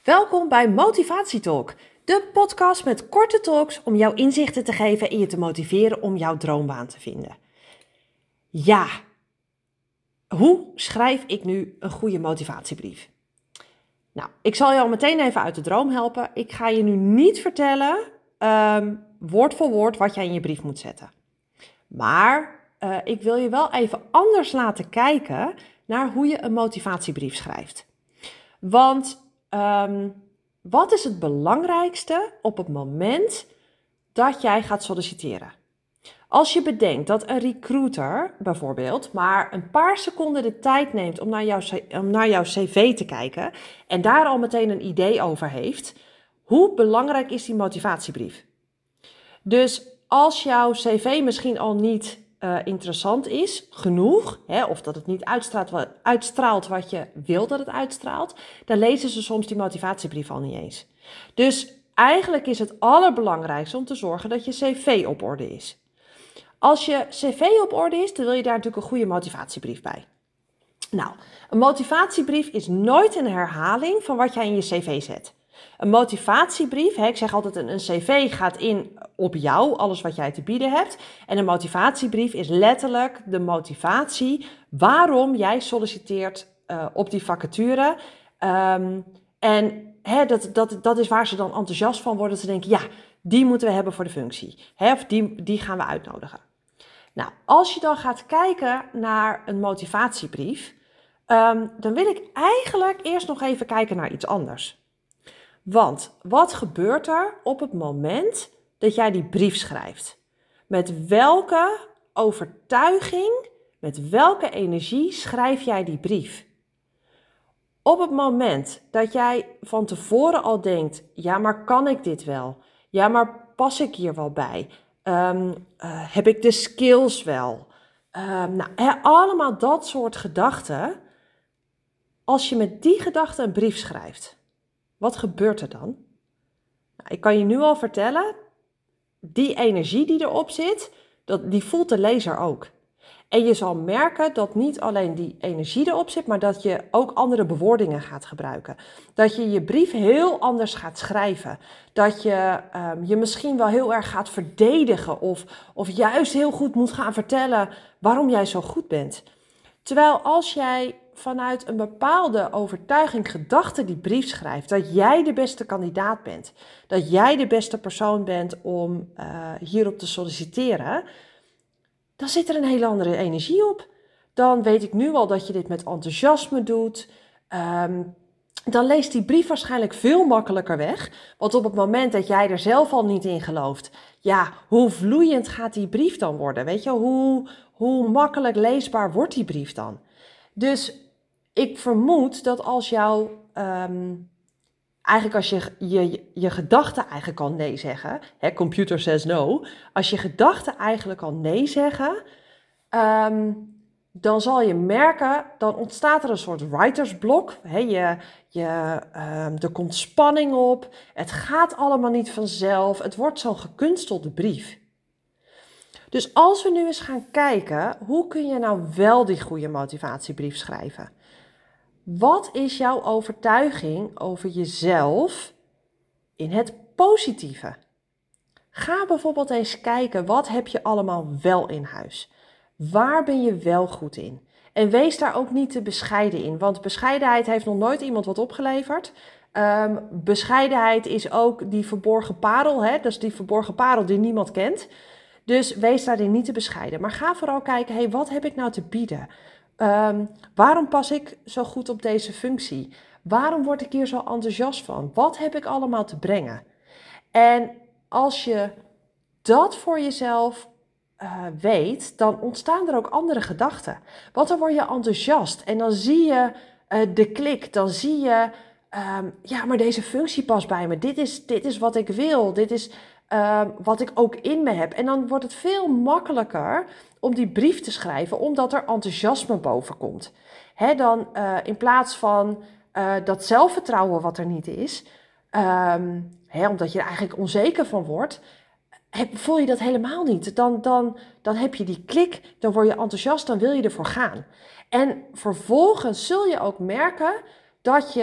Welkom bij Motivatietalk, de podcast met korte talks om jou inzichten te geven en je te motiveren om jouw droombaan te vinden. Ja, hoe schrijf ik nu een goede motivatiebrief? Nou, ik zal je al meteen even uit de droom helpen. Ik ga je nu niet vertellen, woord voor woord, wat jij in je brief moet zetten. Maar ik wil je wel even anders laten kijken naar hoe je een motivatiebrief schrijft. Want wat is het belangrijkste op het moment dat jij gaat solliciteren? Als je bedenkt dat een recruiter bijvoorbeeld maar een paar seconden de tijd neemt om naar jouw cv te kijken en daar al meteen een idee over heeft, hoe belangrijk is die motivatiebrief? Dus als jouw cv misschien al niet interessant is, genoeg, of dat het niet uitstraalt wat je wil dat het uitstraalt, dan lezen ze soms die motivatiebrief al niet eens. Dus eigenlijk is het allerbelangrijkste om te zorgen dat je cv op orde is. Als je cv op orde is, dan wil je daar natuurlijk een goede motivatiebrief bij. Nou, een motivatiebrief is nooit een herhaling van wat jij in je cv zet. Een motivatiebrief, ik zeg altijd een cv gaat in op jou, alles wat jij te bieden hebt. En een motivatiebrief is letterlijk de motivatie waarom jij solliciteert op die vacature. Dat is waar ze dan enthousiast van worden. Ze denken, ja, die moeten we hebben voor de functie. Of die gaan we uitnodigen. Nou, als je dan gaat kijken naar een motivatiebrief, dan wil ik eigenlijk eerst nog even kijken naar iets anders. Want wat gebeurt er op het moment dat jij die brief schrijft? Met welke overtuiging, met welke energie schrijf jij die brief? Op het moment dat jij van tevoren al denkt, ja, maar kan ik dit wel? Ja, maar pas ik hier wel bij? Heb ik de skills wel? Allemaal dat soort gedachten. Als je met die gedachten een brief schrijft, wat gebeurt er dan? Nou, ik kan je nu al vertellen, die energie die erop zit, die voelt de lezer ook. En je zal merken dat niet alleen die energie erop zit, maar dat je ook andere bewoordingen gaat gebruiken. Dat je je brief heel anders gaat schrijven. Dat je je misschien wel heel erg gaat verdedigen of juist heel goed moet gaan vertellen waarom jij zo goed bent. Terwijl als jij vanuit een bepaalde overtuiging, gedachte die brief schrijft, dat jij de beste kandidaat bent, dat jij de beste persoon bent om hierop te solliciteren, dan zit er een hele andere energie op. Dan weet ik nu al dat je dit met enthousiasme doet. Dan leest die brief waarschijnlijk veel makkelijker weg. Want op het moment dat jij er zelf al niet in gelooft, ja, hoe vloeiend gaat die brief dan worden? Weet je, hoe makkelijk leesbaar wordt die brief dan? Dus ik vermoed dat als als je gedachten eigenlijk al nee zeggen, computer says no, als je gedachten eigenlijk al nee zeggen, dan zal je merken, dan ontstaat er een soort writersblok. Er komt spanning op, het gaat allemaal niet vanzelf, het wordt zo'n gekunstelde brief. Dus als we nu eens gaan kijken, hoe kun je nou wel die goede motivatiebrief schrijven? Wat is jouw overtuiging over jezelf in het positieve? Ga bijvoorbeeld eens kijken, wat heb je allemaal wel in huis? Waar ben je wel goed in? En wees daar ook niet te bescheiden in, want bescheidenheid heeft nog nooit iemand wat opgeleverd. Bescheidenheid is ook die verborgen parel, dat is die verborgen parel die niemand kent. Dus wees daarin niet te bescheiden. Maar ga vooral kijken, wat heb ik nou te bieden? Waarom pas ik zo goed op deze functie? Waarom word ik hier zo enthousiast van? Wat heb ik allemaal te brengen? En als je dat voor jezelf weet, dan ontstaan er ook andere gedachten. Want dan word je enthousiast en dan zie je de klik. Dan zie je, maar deze functie past bij me. Dit is wat ik wil. Dit is wat ik ook in me heb. En dan wordt het veel makkelijker om die brief te schrijven, omdat er enthousiasme boven komt. Dan in plaats van dat zelfvertrouwen wat er niet is, omdat je er eigenlijk onzeker van wordt, voel je dat helemaal niet. Dan heb je die klik, dan word je enthousiast, dan wil je ervoor gaan. En vervolgens zul je ook merken dat je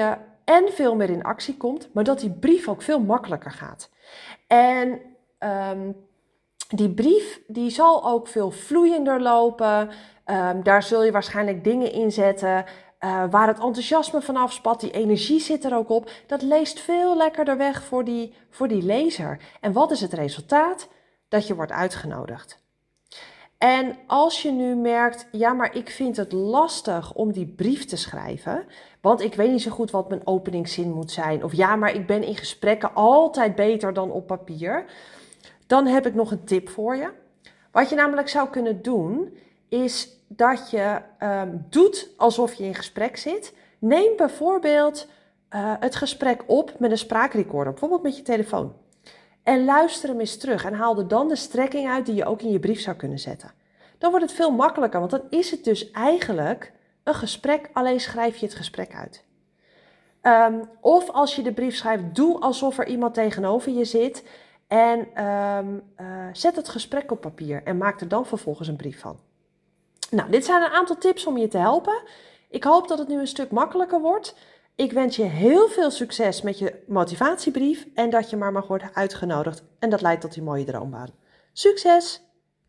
en veel meer in actie komt, maar dat die brief ook veel makkelijker gaat. En die brief die zal ook veel vloeiender lopen. Daar zul je waarschijnlijk dingen in zetten waar het enthousiasme van afspat. Die energie zit er ook op. Dat leest veel lekkerder weg voor die lezer. En wat is het resultaat? Dat je wordt uitgenodigd. En als je nu merkt, ja, maar ik vind het lastig om die brief te schrijven, want ik weet niet zo goed wat mijn openingszin moet zijn. Of ja, maar ik ben in gesprekken altijd beter dan op papier. Dan heb ik nog een tip voor je. Wat je namelijk zou kunnen doen, is dat je doet alsof je in gesprek zit. Neem bijvoorbeeld het gesprek op met een spraakrecorder, bijvoorbeeld met je telefoon. En luister hem eens terug en haal er dan de strekking uit die je ook in je brief zou kunnen zetten. Dan wordt het veel makkelijker, want dan is het dus eigenlijk een gesprek, alleen schrijf je het gesprek uit. Of als je de brief schrijft, doe alsof er iemand tegenover je zit en zet het gesprek op papier en maak er dan vervolgens een brief van. Nou, dit zijn een aantal tips om je te helpen. Ik hoop dat het nu een stuk makkelijker wordt. Ik wens je heel veel succes met je motivatiebrief en dat je maar mag worden uitgenodigd. En dat leidt tot die mooie droombaan. Succes!